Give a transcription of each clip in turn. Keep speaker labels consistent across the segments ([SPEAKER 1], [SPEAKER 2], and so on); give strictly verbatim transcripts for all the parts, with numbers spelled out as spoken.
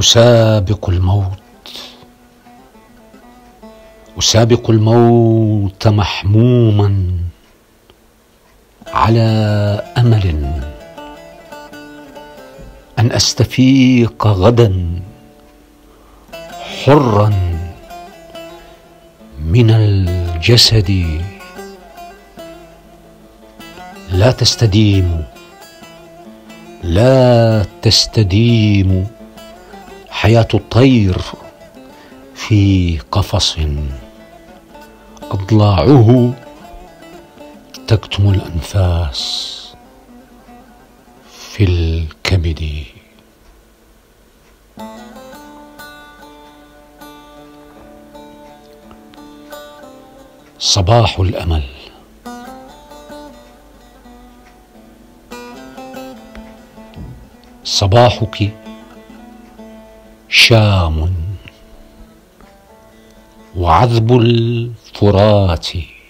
[SPEAKER 1] أسابق الموت أسابق الموت محموما على أمل أن أستفيق غدا حرا من الجسد. لا تستديم لا تستديم حياة الطير في قفص أضلاعه تكتم الأنفاس في الكبد. صباح الأمل. صباحك شام وعذب الفرات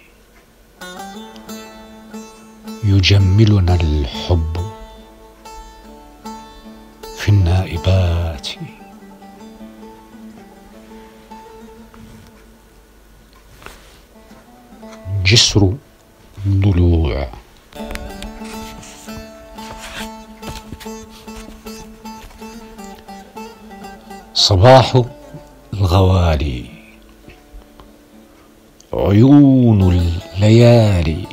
[SPEAKER 1] يجملنا الحب في النائبات. جسر الضلوع. صباح الغوالي عيون الليالي.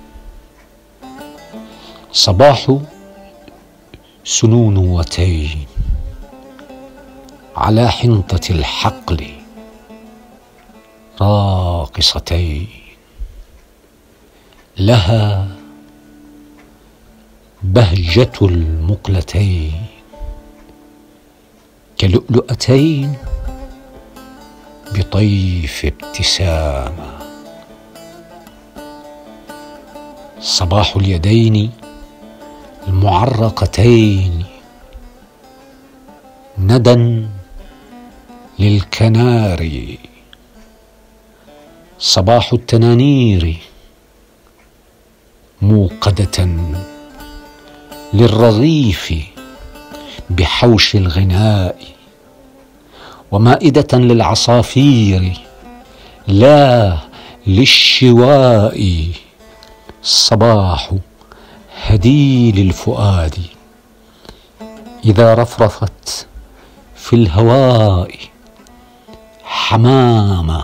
[SPEAKER 1] صباح سنونوتين على حنطة الحقل راقصتين، لها بهجة المقلتين كلؤلؤتين بطيف ابتسامة. صباح اليدين المعرقتين ندى للكناري. صباح التنانير موقدة للرغيف بحوش الغناء، ومائدة للعصافير لا للشواء. صباح هديل الفؤاد إذا رفرفت في الهواء حمامة.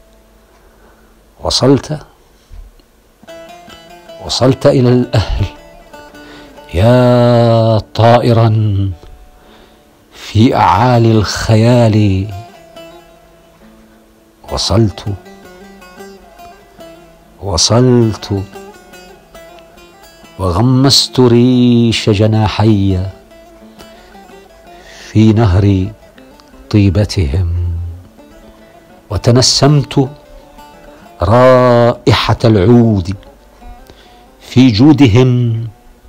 [SPEAKER 1] وصلت وصلت إلى الأهل يا طائرا في أعالي الخيال. وصلت وصلت وغمست ريش جناحي في نهر طيبتهم، وتنسمت رائحة العود في جودهم،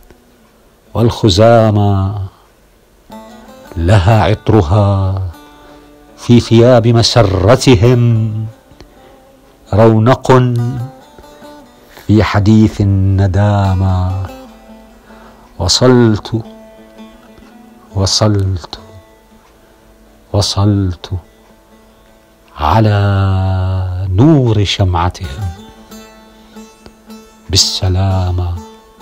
[SPEAKER 1] والخزامى لها عطرها في ثياب مسرتهم، رونق في حديث الندامى. وصلت وصلت وصلت على نور شمعتهم بالسلامة.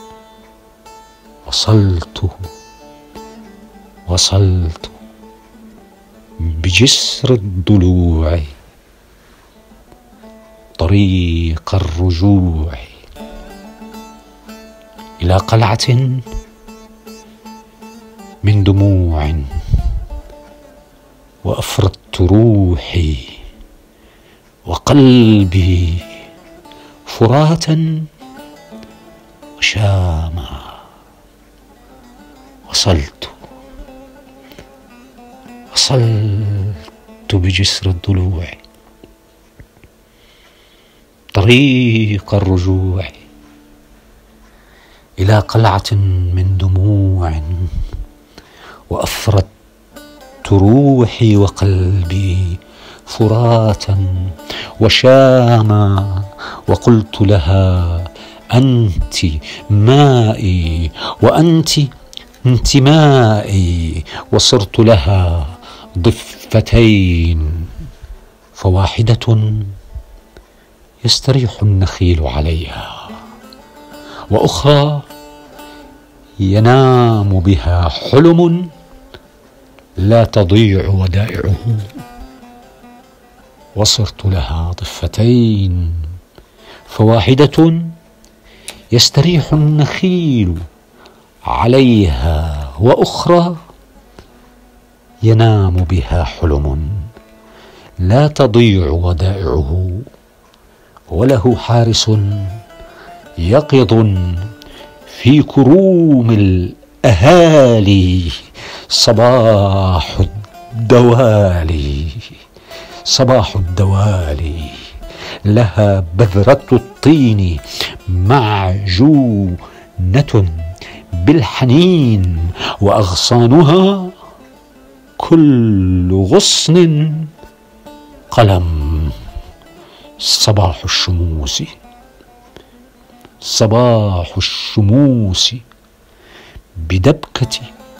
[SPEAKER 1] وصلت وصلت بجسر الضلوع طريق الرجوع إلى قلعة من دموع، وأفردت روحي وقلبي فراتا وشاما. وصلت وصلت بجسر الضلوع طريق الرجوع إلى قلعة من دموع، وأفردت روحي وقلبي فراتا وشاما. وقلت لها أنت مائي وأنت انتمائي، وصرت لها ضفتين فواحدة يستريح النخيل عليها، وأخرى ينام بها حلم لا تضيع ودائعه. وصرت لها ضفتين فواحدة يستريح النخيل عليها، وأخرى ينام بها حلم لا تضيع ودائعه. وله حارس يقظ في كروم الأهالي، صباح الدوالي صباح الدوالي. لها بذرة الطين معجونة بالحنين، وأغصانها كل غصن قلم. صباح الشموس صباح الشموس بدبكة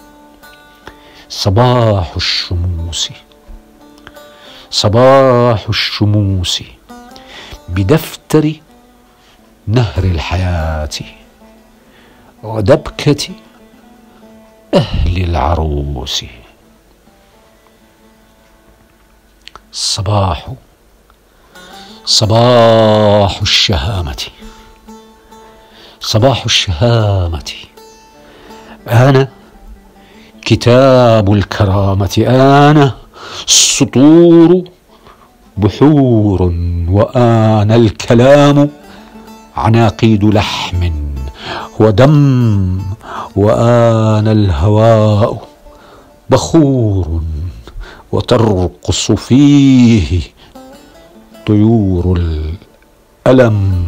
[SPEAKER 1] صباح الشموس صباح الشموس بدفتر نهر الحياة، ودبكة أهل العروس. الصباح صباح الشهامة صباح الشهامة. أنا كتاب الكرامة، أنا السطور بحور، وأنا الكلام عناقيد لحم ودم، وأنا الهواء بخور وترقص فيه طيور الألم.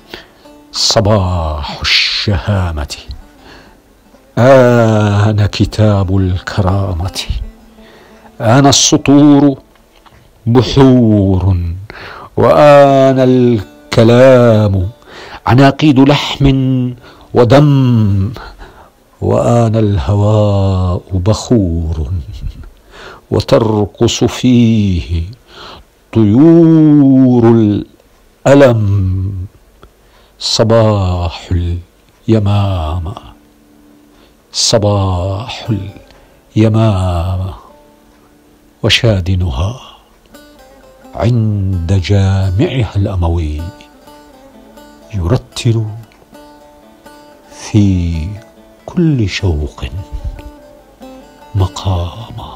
[SPEAKER 1] صباح الشهامة. أنا كتاب الكرامة، أنا السطور بحور، وأنا الكلام عناقيد لحم ودم، وأنا الهواء بخور وترقص فيه طيور الألم. صباح اليمامة صباح اليمامة. وشادنها عند جامعها الأموي يرتل في كل شوق مقاما.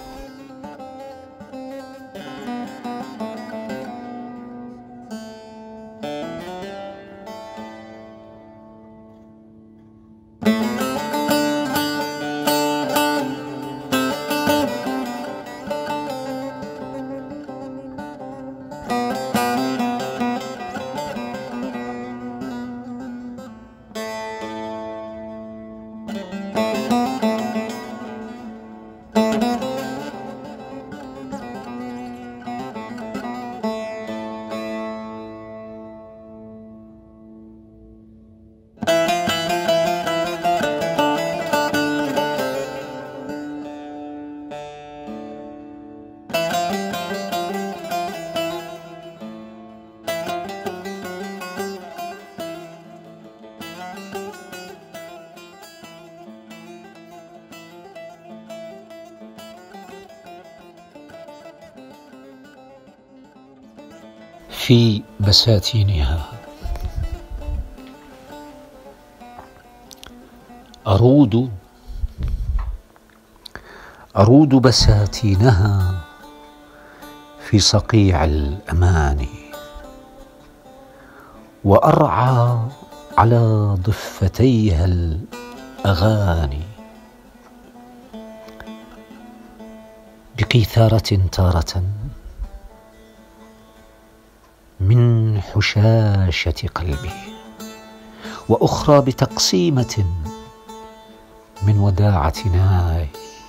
[SPEAKER 1] في بساتينها أرود أرود بساتينها في صقيع الأماني، وأرعى على ضفتيها الأغاني، بقيثارة تارة من حشاشة قلبي، وأخرى بتقسيمة من وداعة ناي.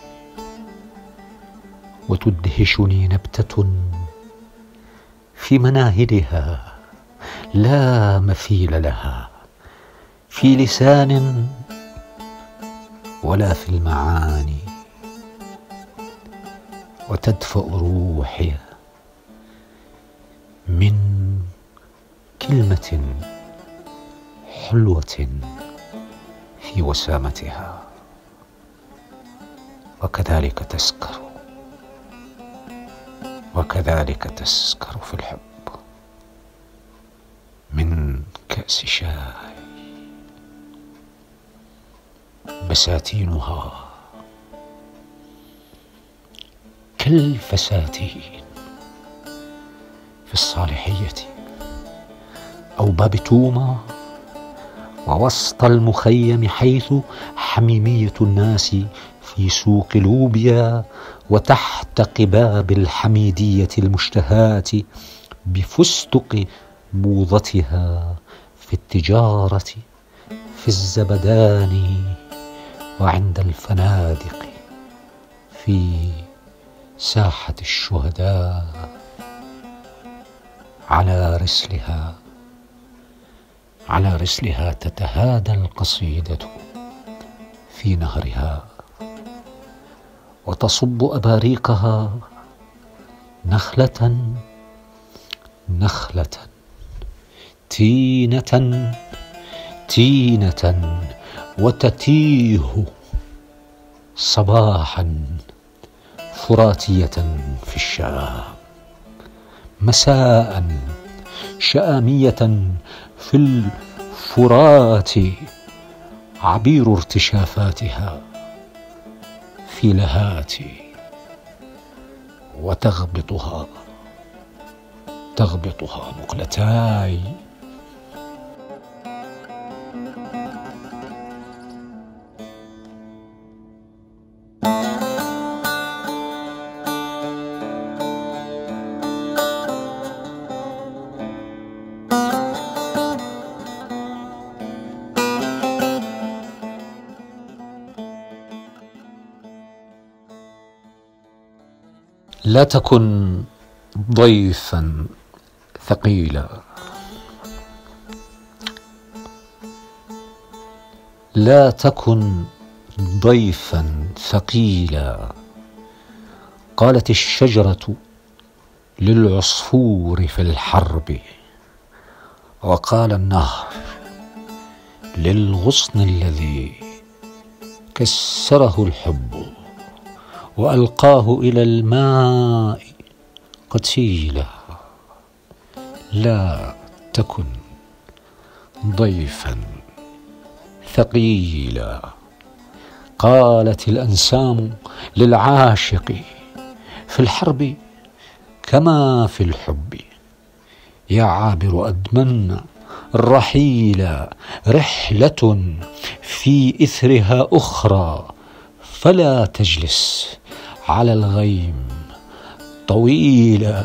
[SPEAKER 1] وتدهشني نبتة في مناهلها لا مثيل لها، في لسان ولا في المعاني. وتدفأ روحي من كلمة حلوة في وسامتها، وكذلك تسكر وكذلك تسكر في الحب من كأس شاي بساتينها كالفساتين في الصالحية أو باب توما، ووسط المخيم حيث حميمية الناس في سوق لوبيا، وتحت قباب الحميدية المشتهاة بفستق بوضتها في التجارة في الزبدان، وعند الفنادق في ساحة الشهداء على رسلها على رسلها تتهادى القصيدة في نهرها، وتصب أباريقها نخلة نخلة تينة تينة، وتتيه صباحا فراتية في الشام، مساء شآمية في الفرات، عبير ارتشافاتها في لهاتي، وتغبطها تغبطها مقلتاي. لا تكن ضيفا ثقيلا، لا تكن ضيفا ثقيلا، قالت الشجرة للعصفور في الحرب، وقال النهر للغصن الذي كسره الحب وألقاه إلى الماء قتيلا. لا تكن ضيفا ثقيلا، قالت الأنسام للعاشق في الحرب كما في الحب، يا عابر أدمن الرحيل، رحلة في إثرها أخرى، فلا تجلس على الغيم طويلا.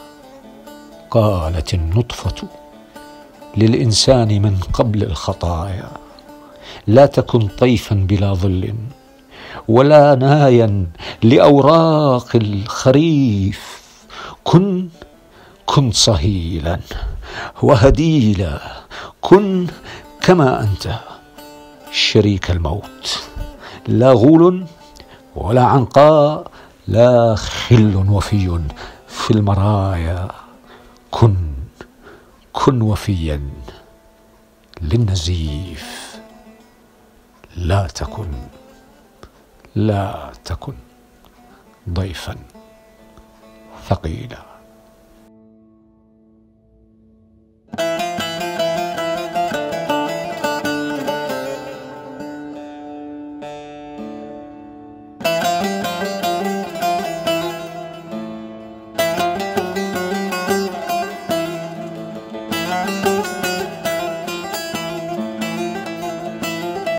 [SPEAKER 1] قالت النطفة للإنسان من قبل الخطايا، لا تكن طيفا بلا ظل، ولا نايا لأوراق الخريف، كن كن صهيلا وهديلا، كن كما أنت شريك الموت، لا غول ولا عنقاء، لا خل وفي في المرايا، كن كن وفيا للنزيف، لا تكن لا تكن ضيفا ثقيلا.